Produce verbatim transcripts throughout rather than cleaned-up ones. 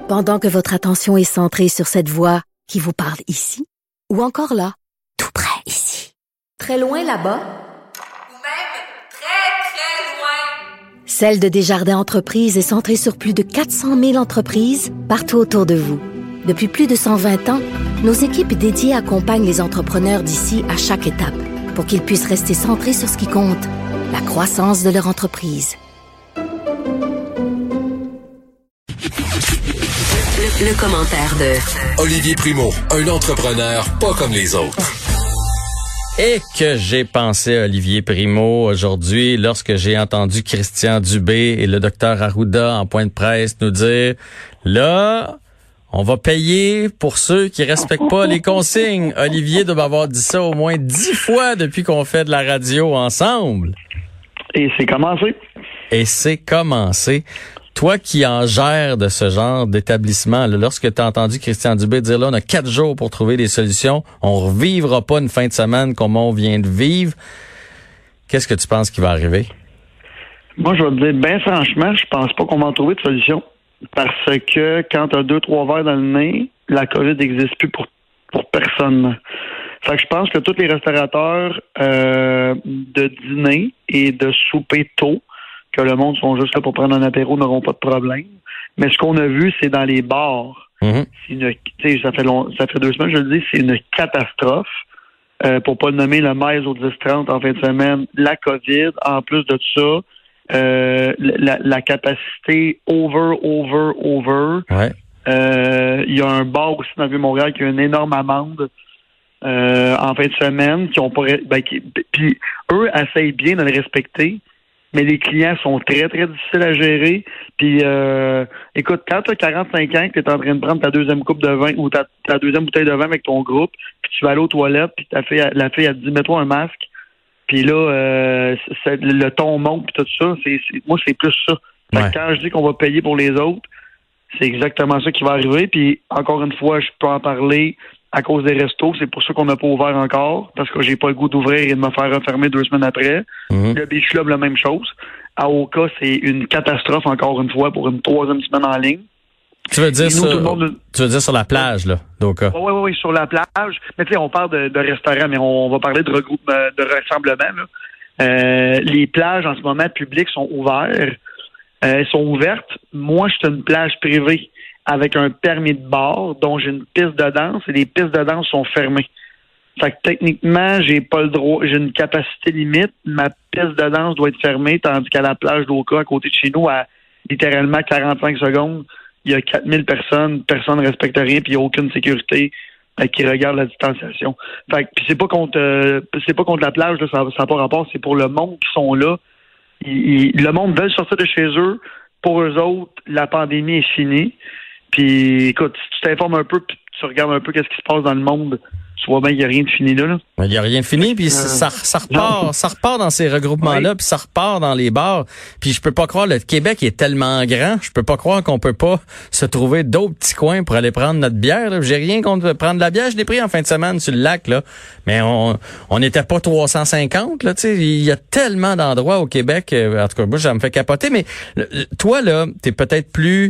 Pendant que votre attention est centrée sur cette voix qui vous parle ici, ou encore là, tout près ici, très loin là-bas, ou même très, très loin, Celle de Desjardins Entreprises est centrée sur plus de quatre cent mille entreprises partout autour de vous. Depuis plus de cent vingt ans, nos équipes dédiées accompagnent les entrepreneurs d'ici à chaque étape pour qu'ils puissent rester centrés sur ce qui compte, la croissance de leur entreprise. Le, le commentaire de Olivier Primo, un entrepreneur pas comme les autres. Et que j'ai pensé à Olivier Primo aujourd'hui lorsque j'ai entendu Christian Dubé et le docteur Arruda en point de presse nous dire « Là, on va payer pour ceux qui respectent pas les consignes. » Olivier doit m'avoir dit ça au moins dix fois depuis qu'on fait de la radio ensemble. Et c'est commencé. Et c'est commencé. Toi qui en gères de ce genre d'établissement, là, lorsque tu as entendu Christian Dubé dire là, on a quatre jours pour trouver des solutions, on revivra pas une fin de semaine comme on vient de vivre, qu'est-ce que tu penses qui va arriver? Moi, je vais te dire, bien franchement, je pense pas qu'on va en trouver de solution. Parce que quand tu as deux, trois verres dans le nez, la COVID n'existe plus pour, pour personne. Fait que je pense que tous les restaurateurs euh, de dîner et de souper tôt, que le monde sont juste là pour prendre un apéro, n'auront pas de problème. Mais ce qu'on a vu, c'est dans les bars. Mm-hmm. C'est une, ça fait long, ça fait deux semaines, je le dis, c'est une catastrophe. Euh, pour pas le nommer, le maïs au dix trente en fin de semaine, la COVID, en plus de tout ça, euh, la, la capacité over, over, over. Ouais. Euh, il y a un bar aussi dans le Vieux-Montréal qui a une énorme amende euh, en fin de semaine, qui ont pas, ben, qui, puis eux essayent bien de le respecter. Mais les clients sont très, très difficiles à gérer. Puis, euh, écoute, quand tu as quarante-cinq ans, que tu es en train de prendre ta deuxième coupe de vin ou ta, ta deuxième bouteille de vin avec ton groupe, puis tu vas aller aux toilettes, puis ta fille, la fille, elle te dit, mets-toi un masque. Puis là, euh, c'est, le ton monte, puis tout ça. C'est, c'est, moi, c'est plus ça. Fait Ouais. que quand je dis qu'on va payer pour les autres, c'est exactement ça qui va arriver. Puis, encore une fois, je peux en parler à cause des restos. C'est pour ça qu'on n'a pas ouvert encore, parce que j'ai pas le goût d'ouvrir et de me faire refermer deux semaines après. Mm-hmm. Le Beach Club, la même chose. À Oka, c'est une catastrophe, encore une fois, pour une troisième semaine en ligne. Tu veux dire, nous, sur, monde... tu veux dire sur la plage, là, d'Oka? Oui, oui, oui, sur la plage. Mais tu sais, on parle de, de restaurants, mais on, on va parler de regroupe, de rassemblement. Là. Euh, les plages, en ce moment, publiques, sont ouvertes. Euh, elles sont ouvertes. Moi, je suis une plage privée avec un permis de bar, dont j'ai une piste de danse, et les pistes de danse sont fermées. Fait que techniquement, j'ai pas le droit, j'ai une capacité limite. Ma piste de danse doit être fermée, tandis qu'à la plage d'Oka, à côté de chez nous, à littéralement quarante-cinq secondes, il y a quatre mille personnes, personne ne respecte rien, puis il n'y a aucune sécurité euh, qui regarde la distanciation. Fait que puis c'est pas contre euh, c'est pas contre la plage, là, ça n'a pas rapport, c'est pour le monde qui sont là. Ils, ils, le monde veut sortir de chez eux. Pour eux autres, la pandémie est finie. Puis, écoute, si tu t'informes un peu, puis tu regardes un peu qu'est-ce qui se passe dans le monde, tu vois bien qu'il n'y a rien de fini là. là. Il n'y a rien de fini, puis euh, ça, ça repart, non. ça repart dans ces regroupements-là, oui. Puis ça repart dans les bars. Puis je peux pas croire, le Québec est tellement grand, je peux pas croire qu'on peut pas se trouver d'autres petits coins pour aller prendre notre bière. Là. J'ai rien contre prendre de la bière, je l'ai pris en fin de semaine sur le lac, là. Mais on on n'était pas trois cent cinquante, là, tu sais. Il y a tellement d'endroits au Québec, en tout cas, moi, ça me fait capoter. Mais toi, là, t'es peut-être plus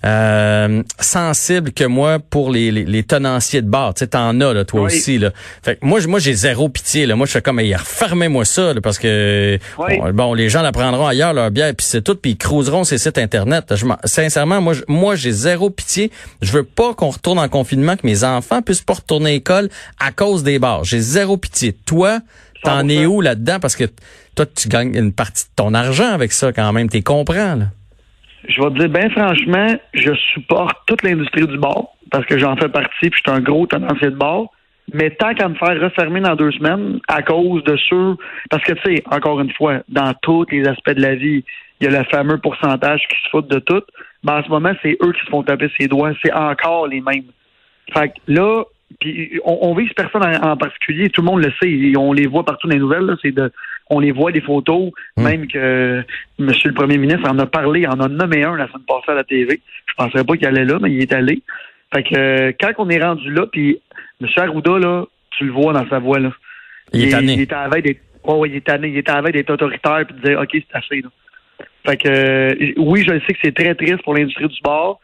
euh, sensible que moi pour les, les, les tenanciers de bar. Tu sais, t'en as, là, toi oui. aussi, là. Fait que moi, moi, j'ai zéro pitié, là. Moi, je fais comme, hey, refermez-moi ça, là, parce que, oui. bon, bon, les gens la prendront ailleurs, leur bière, puis c'est tout, puis ils cruiseront ces sites Internet. Je sincèrement, moi, je, moi, j'ai zéro pitié. Je veux pas qu'on retourne en confinement, que mes enfants puissent pas retourner à l'école à cause des bars. J'ai zéro pitié. Toi, t'en cent pour cent es où là-dedans? Parce que toi, tu gagnes une partie de ton argent avec ça, quand même. T'es comprends, là. Je vais te dire, bien franchement, je supporte toute l'industrie du bar, parce que j'en fais partie, puis je suis un gros tenancier de bar. Mais tant qu'à me faire refermer dans deux semaines à cause de ceux... Parce que, tu sais, encore une fois, dans tous les aspects de la vie, il y a le fameux pourcentage qui se foutent de tout. Mais en ce moment, c'est eux qui se font taper ses doigts. C'est encore les mêmes. Fait que là, puis on, on vise personne en, en particulier. Tout le monde le sait. On les voit partout dans les nouvelles. Là, c'est de, on les voit des photos. Mmh. Même que M. le Premier ministre en a parlé, en a nommé un la semaine passée à la T V. Je penserais pas qu'il allait là, mais il est allé. Fait que euh, quand on est rendu là, puis M. Arruda, là, tu le vois dans sa voix, là. Il, il est tanné. Il est à la veille d'être, oh, il est tanné, il est à la veille d'être autoritaire puis de dire, OK, c'est assez, là. Fait que, euh, oui, je sais que c'est très triste pour l'industrie du bar.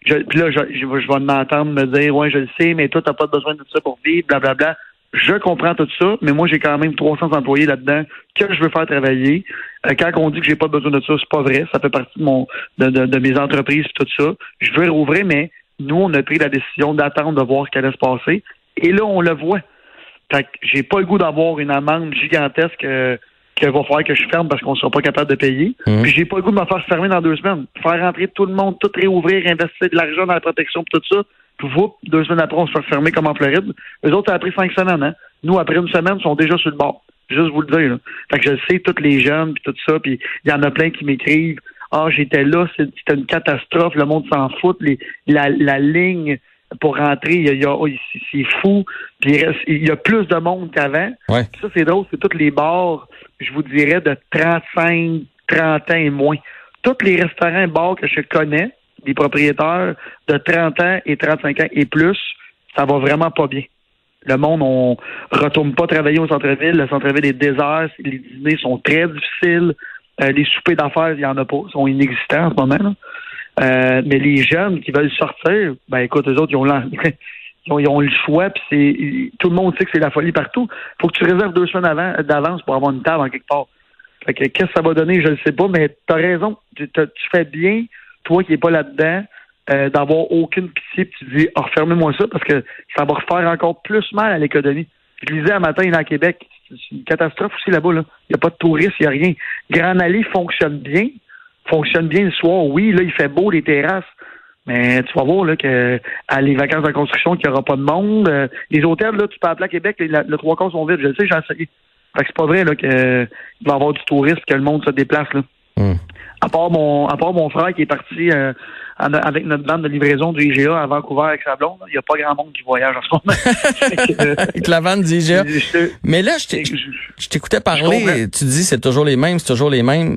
Je, puis là, je, je, je vais m'entendre me dire, ouais, je le sais, mais toi, t'as pas besoin de ça pour vivre, blablabla. Je comprends tout ça, mais moi, j'ai quand même trois cents employés là-dedans que je veux faire travailler. Euh, quand on dit que j'ai pas besoin de ça, c'est pas vrai. Ça fait partie de mon de, de, de mes entreprises et tout ça. Je veux rouvrir, mais nous, on a pris la décision d'attendre de voir ce qui allait se passer. Et là, on le voit. Fait que j'ai pas le goût d'avoir une amende gigantesque euh, qu'il va falloir que je ferme parce qu'on sera pas capable de payer. Mmh. Puis j'ai pas le goût de me faire fermer dans deux semaines. Faire rentrer tout le monde, tout réouvrir, investir de l'argent dans la protection et tout ça. Puis, vous, deux semaines après, on se fait fermer comme en Floride. Eux autres, ça a pris cinq semaines, hein. Nous, après une semaine, ils sont déjà sur le bord. Juste vous le dire, là. Fait que je le sais, tous les jeunes, puis tout ça, puis il y en a plein qui m'écrivent « Ah, j'étais là, c'était une catastrophe, le monde s'en fout, les, la, la ligne pour rentrer, il y a, il y a, c'est fou. Puis il, reste, il y a plus de monde qu'avant. Ouais. Puis ça, c'est drôle, c'est tous les bars, je vous dirais, de trente-cinq, trente ans et moins. Tous les restaurants et bars que je connais, des propriétaires de trente ans et trente-cinq ans et plus, ça va vraiment pas bien. Le monde, on retourne pas travailler au centre-ville. Le centre-ville est désert. Les dîners sont très difficiles. Euh, les soupers d'affaires, il y en a pas. Ils sont inexistants en ce moment. Là. Euh, mais les jeunes qui veulent sortir, ben écoute, eux autres, ils ont, ils ont, ils ont le choix. Puis c'est tout le monde sait que c'est la folie partout. Faut que tu réserves deux semaines avant, d'avance pour avoir une table en quelque part. Fait que qu'est-ce que ça va donner, je ne sais pas. Mais t'as raison. Tu, tu fais bien, toi qui n'es pas là-dedans, Euh, d'avoir aucune pitié, puis tu dis, oh, refermez-moi ça, parce que ça va refaire encore plus mal à l'économie. Je lisais un matin, il est à Québec, c'est une catastrophe aussi là-bas, là. Il n'y a pas de touristes, il n'y a rien. Grand Allée fonctionne bien, fonctionne bien le soir, oui, là, il fait beau, les terrasses, mais tu vas voir, là, que à les vacances de construction, qu'il n'y aura pas de monde. Euh, les hôtels, là, tu peux appeler à Québec, les, le trois quarts sont vides, je le sais, j'en sais. Fait que c'est pas vrai, là, qu'il va y avoir du tourisme, que le monde se déplace, là. Mm. À part mon, à part mon frère qui est parti euh, avec notre bande de livraison du I G A à Vancouver avec sa blonde, il n'y a pas grand monde qui voyage en ce moment. Avec la vanne du I G A. Mais là, je t'écoutais parler, tu dis c'est toujours les mêmes, c'est toujours les mêmes.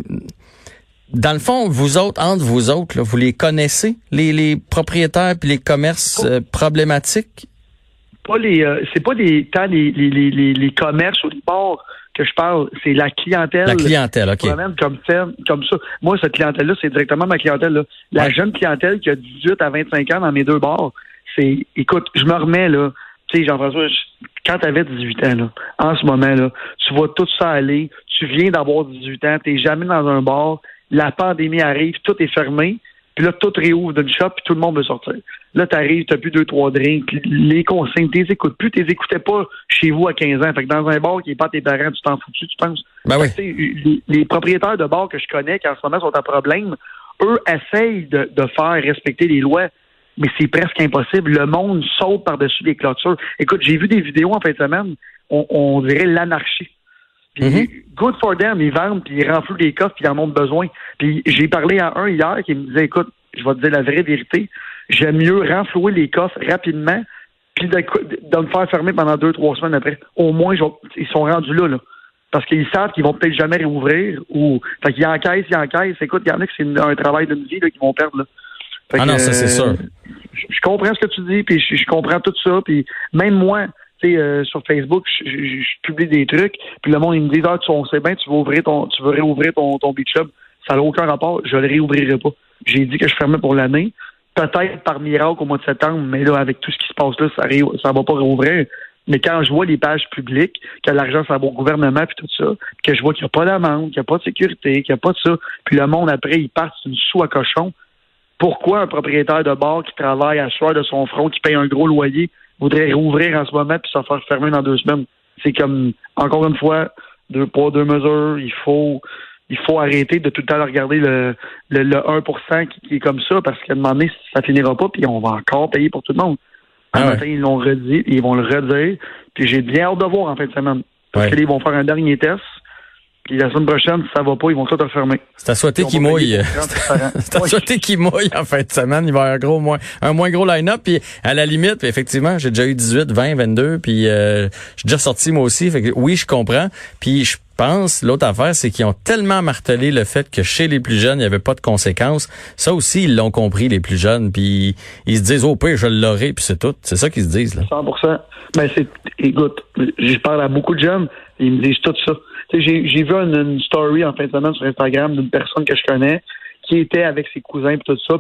Dans le fond, vous autres, entre vous autres, là, vous les connaissez, les, les propriétaires puis les commerces euh, problématiques? Pas les, euh, c'est pas les, tant les, les, les, les commerces ou les bars que je parle, c'est la clientèle. La clientèle, OK. Comme, comme ça. Moi, cette clientèle-là, c'est directement ma clientèle. Là. La ouais. jeune clientèle qui a dix-huit à vingt-cinq ans dans mes deux bars, c'est, écoute, je me remets, là, tu sais, Jean-François, quand tu avais dix-huit ans, là, en ce moment, là, tu vois tout ça aller, tu viens d'avoir dix-huit ans, tu n'es jamais dans un bar, la pandémie arrive, tout est fermé, puis là, tout réouvre d'une shop, puis tout le monde veut sortir. Là, t'arrives, t'as plus deux, trois drinks, les consignes, t'es écoutes plus, t'es écoutais pas chez vous à quinze ans. Fait que dans un bar qui est pas tes parents, tu t'en fous dessus, tu penses? Ben oui. Les, les propriétaires de bars que je connais, qui en ce moment sont en problème, eux essayent de, de faire respecter les lois, mais c'est presque impossible. Le monde saute par-dessus les clôtures. Écoute, j'ai vu des vidéos en fin de semaine, on, on dirait l'anarchie. Puis, mm-hmm. good for them, ils vendent, puis ils renflouent les coffres, puis ils en ont besoin. Puis j'ai parlé à un hier qui me disait, écoute, je vais te dire la vraie vérité, j'aime mieux renflouer les coffres rapidement, puis de, de me faire fermer pendant deux, trois semaines après. Au moins, je, ils sont rendus là, là. Parce qu'ils savent qu'ils vont peut-être jamais réouvrir, ou, fait qu'ils encaissent, ils encaissent. Écoute, il y en a qui c'est une, un travail d'une vie, là, qu'ils vont perdre, là. Fait ah que, non, ça, c'est euh, sûr. Je, je comprends ce que tu dis, puis je, je comprends tout ça, puis même moi, tu sais, euh, sur Facebook, je, je, je publie des trucs, puis le monde, il me dit, ah, tu on sait bien, tu veux ouvrir ton, tu veux réouvrir ton, ton beach club. Ça n'a aucun rapport, je le réouvrirai pas. J'ai dit que je fermais pour l'année. Peut-être par miracle au mois de septembre, mais là, avec tout ce qui se passe là, ça ne ça va pas réouvrir. Mais quand je vois les pages publiques, que l'argent s'en va au gouvernement puis tout ça, que je vois qu'il n'y a pas d'amende, qu'il n'y a pas de sécurité, qu'il n'y a pas de ça, puis le monde après, il part sur une sou à cochon. Pourquoi un propriétaire de bar qui travaille à soir de son front, qui paye un gros loyer, voudrait rouvrir en ce moment puis se faire fermer dans deux semaines? C'est comme, encore une fois, deux poids, deux mesures, il faut... Il faut arrêter de tout le temps regarder le, le, le un pour cent qui, qui est comme ça, parce qu'à un moment donné, ça finira pas, puis on va encore payer pour tout le monde. Un ah ouais. matin, ils l'ont redit, ils vont le redire, puis j'ai bien hâte de voir en fin de semaine. Parce ouais. que là, ils vont faire un dernier test, puis la semaine prochaine, si ça va pas, ils vont tout refermer. C'est à souhaiter qu'ils mouillent. C'est à souhaiter qu'ils mouillent en fin de semaine. Il va y avoir un gros moins, un moins gros line-up, puis à la limite, puis effectivement, j'ai déjà eu dix-huit, vingt, vingt-deux, puis euh, j'ai déjà sorti moi aussi, fait que oui, je comprends, puis je Je pense, l'autre affaire, c'est qu'ils ont tellement martelé le fait que chez les plus jeunes, il n'y avait pas de conséquences. Ça aussi, ils l'ont compris, les plus jeunes, puis ils se disent, oh, pire, je l'aurai, puis c'est tout. C'est ça qu'ils se disent, là. cent pour cent. Ben, c'est, écoute, je parle à beaucoup de jeunes, ils me disent tout ça. Tu sais, j'ai, j'ai vu une, une story en fin de semaine sur Instagram d'une personne que je connais, qui était avec ses cousins, puis tout ça, puis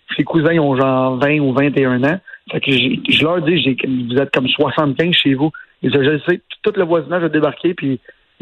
Ses cousins ont genre vingt ou vingt et un ans. Fait que j'ai, je leur dis, j'ai, vous êtes comme soixante-quinze chez vous. Ils disent, je le sais, tout le voisinage a débarqué, puis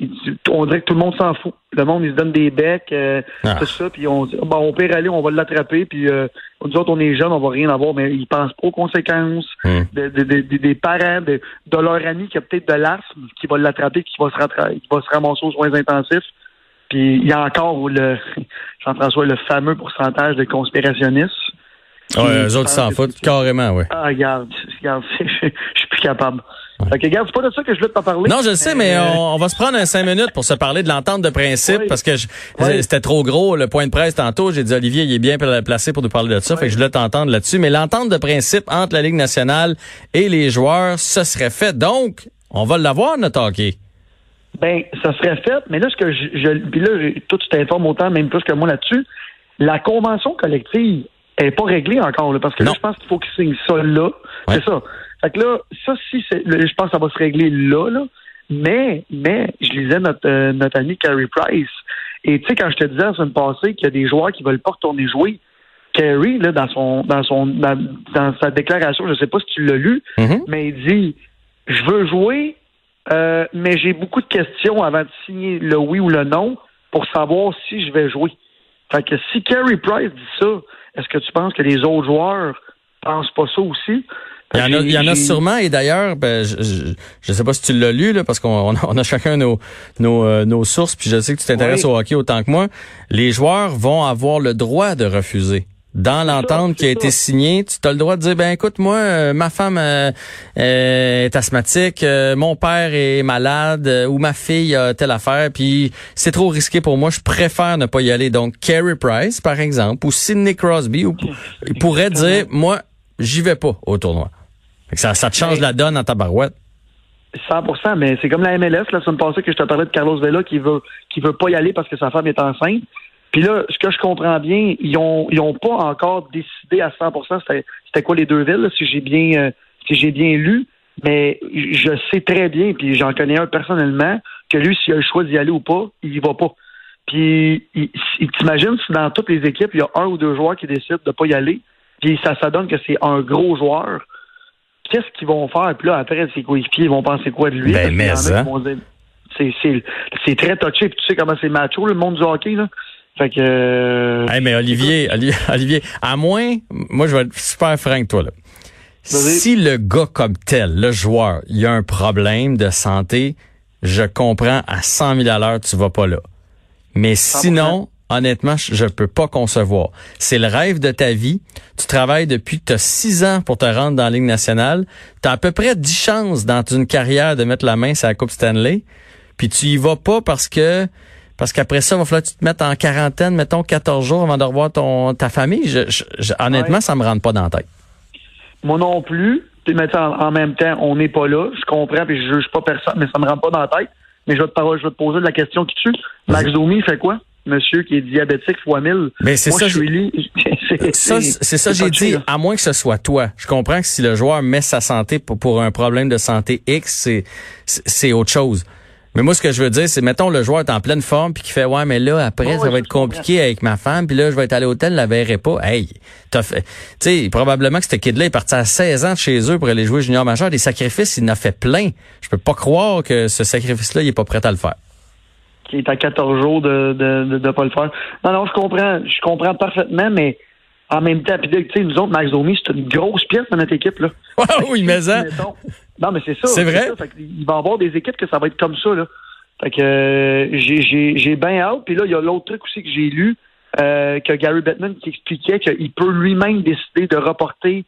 on dirait que tout le monde s'en fout. Le monde, ils se donnent des becs, euh, ah. tout ça, puis on dit, bon, on peut aller, on va l'attraper, puis euh, nous autres, on est jeunes, on va rien avoir, mais ils pensent pas aux conséquences mm. de, de, de, de, des parents, de, de leur ami qui a peut-être de l'asthme, qui va l'attraper, qui va se rattra- qui va se ramasser aux soins intensifs. Puis il y a encore le Jean-François, le fameux pourcentage de conspirationnistes. Ouais, eux autres s'en foutent carrément, oui. Ah, regarde, regarde, je suis plus capable. Fait que, regarde, c'est pas de ça que je voulais te parler. Non, je le sais, mais euh... on, on va se prendre un cinq minutes pour se parler de l'entente de principe, oui. parce que je, oui. c'était trop gros, le point de presse tantôt. J'ai dit, Olivier, il est bien placé pour nous parler de ça, oui. fait que je voulais t'entendre là-dessus. Mais l'entente de principe entre la Ligue nationale et les joueurs, ce serait fait. Donc, on va l'avoir, notre hockey. Ben, ça serait fait, mais là, ce que je, je puis là, toi, tu t'informes autant, même plus que moi là-dessus. La convention collective est pas réglée encore, là, parce que non. là, je pense qu'il faut qu'ils signent ça là. Ouais. C'est ça. Fait que là, ça, si c'est, là, je pense que ça va se régler là, là. Mais, mais, je lisais notre, euh, notre ami Carey Price. Et tu sais, quand je te disais la semaine passée qu'il y a des joueurs qui veulent pas retourner jouer, Carey, là, dans son, dans son, dans, dans sa déclaration, je sais pas si tu l'as lu, mm-hmm. mais il dit, je veux jouer, euh, mais j'ai beaucoup de questions avant de signer le oui ou le non pour savoir si je vais jouer. Fait que si Carey Price dit ça, est-ce que tu penses que les autres joueurs pensent pas ça aussi? Il y en a, il y en a sûrement, et d'ailleurs, ben, je, je, je sais pas si tu l'as lu, là, parce qu'on on a, on a chacun nos, nos, euh, nos sources, puis je sais que tu t'intéresses oui. au hockey autant que moi. Les joueurs vont avoir le droit de refuser. Dans c'est l'entente ça, qui a ça. été signée, tu as le droit de dire, ben écoute, moi, euh, ma femme euh, euh, est asthmatique, euh, mon père est malade, euh, ou ma fille a telle affaire, puis c'est trop risqué pour moi, je préfère ne pas y aller. Donc, Carey Price, par exemple, ou Sidney Crosby, ou, il pourrait dire, moi, j'y vais pas au tournoi. Ça, ça te change mais, la donne en tabarouette. cent pour cent, mais c'est comme la M L S, la semaine passée que je te parlais de Carlos Vela qui veut qui veut pas y aller parce que sa femme est enceinte. Puis là, ce que je comprends bien, ils ont ils ont pas encore décidé à cent pour cent c'était, c'était quoi les deux villes, là, si j'ai bien euh, si j'ai bien lu, mais je sais très bien, puis j'en connais un personnellement, que lui, s'il a le choix d'y aller ou pas, il y va pas. Puis il, il, t'imagines si dans toutes les équipes, il y a un ou deux joueurs qui décident de pas y aller, puis ça, ça donne que c'est un gros joueur. Qu'est-ce qu'ils vont faire? Puis là, après, ses coéquipiers, ils vont penser quoi de lui? Ben, mais ça. C'est, c'est, c'est très touché. Puis tu sais comment c'est macho, le monde du hockey, là. Fait que... Euh... Hey, mais Olivier, Olivier, à moins... Moi, je vais être super franc avec toi, là. Vas-y. Si le gars comme tel, le joueur, il a un problème de santé, je comprends à cent mille à l'heure, tu vas pas là. Mais sinon... Honnêtement, je peux pas concevoir. C'est le rêve de ta vie. Tu travailles depuis que tu as six ans pour te rendre dans la Ligue nationale. Tu as à peu près dix chances dans une carrière de mettre la main sur la Coupe Stanley. Puis tu y vas pas parce que parce qu'après ça, il va falloir que tu te mettes en quarantaine, mettons quatorze jours avant de revoir ton ta famille. Je, je, je, honnêtement, ouais. ça me rentre pas dans la tête. Moi non plus. Mais en, en même temps, on n'est pas là. Je comprends puis je juge pas personne, mais ça me rentre pas dans la tête. Mais je vais te, je vais te poser la question qui tue. Max Vas-y. Domi fait quoi? Monsieur qui est diabétique fois mille. Mais c'est Moi, ça, je suis li... c'est, ça, c'est, c'est ça, c'est j'ai dit, là. À moins que ce soit toi. Je comprends que si le joueur met sa santé pour, pour un problème de santé X, c'est, c'est, c'est autre chose. Mais moi, ce que je veux dire, c'est, mettons, le joueur est en pleine forme puis qui fait, ouais, mais là, après, oh, ça ouais, va être compliqué comprends. Avec ma femme puis là, je vais être allé à l'hôtel, la verrai pas. Hey, t'as fait, tu sais, probablement que ce kid-là est parti à seize ans de chez eux pour aller jouer junior majeur. Des sacrifices, il en a fait plein. Je peux pas croire que ce sacrifice-là, il est pas prêt à le faire. Qui est à quatorze jours de de, de de pas le faire. Non, non, je comprends. Je comprends parfaitement, mais en même temps, puis tu sais, nous autres, Max Domi, c'est une grosse pièce de notre équipe, là. Ouais, oui, mais ça. Non, mais c'est ça. C'est, c'est vrai. Ça. Fait il va y avoir des équipes que ça va être comme ça, là. Fait que euh, j'ai, j'ai, j'ai bien hâte. Puis là, il y a l'autre truc aussi que j'ai lu, euh, que Gary Bettman qui expliquait qu'il peut lui-même décider de reporter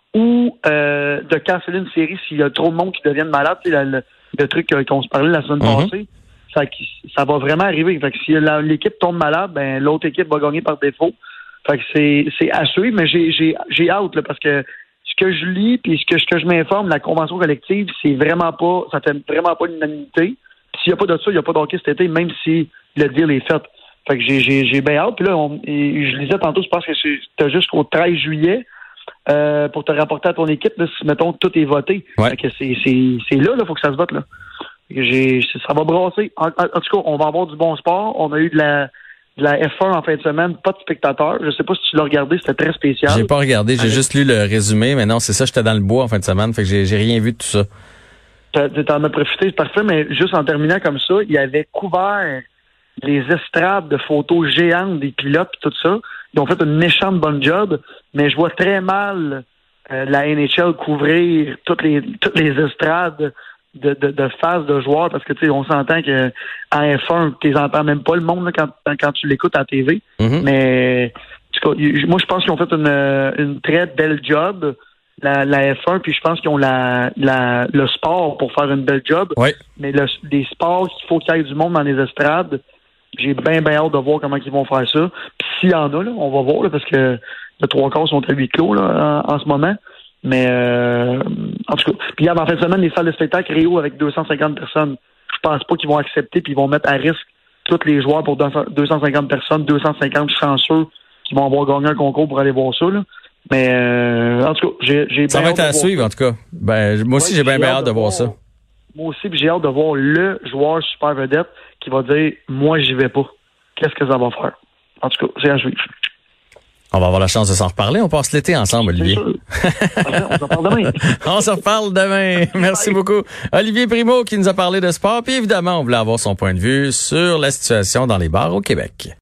ou euh, de canceller une série s'il y a trop de monde qui deviennent malades. Tu sais, le, le truc qu'on se parlait la semaine mm-hmm. passée. Ça, ça va vraiment arriver. Fait que si la, l'équipe tombe malade, ben l'autre équipe va gagner par défaut. Fait que c'est, c'est à suivre, mais j'ai, j'ai, j'ai hâte là, parce que ce que je lis puis ce que, ce que je m'informe, la convention collective, c'est vraiment pas, ça fait vraiment pas l'unanimité. S'il n'y a pas de ça, il n'y a pas de hockey cet été, même si le deal est fait. Fait que j'ai, j'ai, j'ai bien hâte. Puis là, on, et je lisais tantôt, je pense que c'était jusqu'au treize juillet euh, pour te rapporter à ton équipe, là, si mettons tout est voté. Ouais. Fait que c'est, c'est, c'est là, là, faut que ça se vote là. J'ai, ça va brasser. En, en, en tout cas, on va avoir du bon sport. On a eu de la, de la F un en fin de semaine, pas de spectateurs. Je sais pas si tu l'as regardé, c'était très spécial. J'ai pas regardé, j'ai Avec... juste lu le résumé, mais non, c'est ça, j'étais dans le bois en fin de semaine, fait que j'ai, j'ai rien vu de tout ça. T'en as profité, c'est parfait, mais juste en terminant comme ça, il avait couvert les estrades de photos géantes des pilotes et tout ça. Ils ont fait une méchante bonne job, mais je vois très mal euh, la N H L couvrir toutes les toutes les estrades de, de, de phases de joueurs, parce que tu sais, on s'entend que en F un, tu n'entends même pas le monde là, quand, quand tu l'écoutes à la T V. Mm-hmm. Mais en tout cas, moi je pense qu'ils ont fait une, une très belle job. La, la F un, puis je pense qu'ils ont la, la, le sport pour faire une belle job. Oui. Mais le, les sports, il faut qu'il y ait du monde dans les estrades. J'ai bien, bien hâte de voir comment ils vont faire ça. Puis s'il y en a, là, on va voir, là, parce que les trois quarts sont à huis clos là, en, en ce moment. Mais euh, en tout cas, puis en fin de semaine, les salles de spectacle Rio avec deux cent cinquante personnes, je pense pas qu'ils vont accepter, puis ils vont mettre à risque tous les joueurs pour deux cent cinquante personnes, deux cent cinquante chanceux qui vont avoir gagné un concours pour aller voir ça, là. Mais euh, en tout cas, j'ai, j'ai ça bien va être à suivre, en tout cas. Ben, moi aussi, ouais, j'ai bien, bien hâte de voir, voir ça. Moi aussi, puis j'ai hâte de voir le joueur super vedette qui va dire « Moi, j'y vais pas. Qu'est-ce que ça va faire? » En tout cas, c'est à suivre. On va avoir la chance de s'en reparler. On passe l'été ensemble, Olivier. On s'en parle demain. On s'en reparle demain. Merci beaucoup. Olivier Primo qui nous a parlé de sport. Puis évidemment, on voulait avoir son point de vue sur la situation dans les bars au Québec.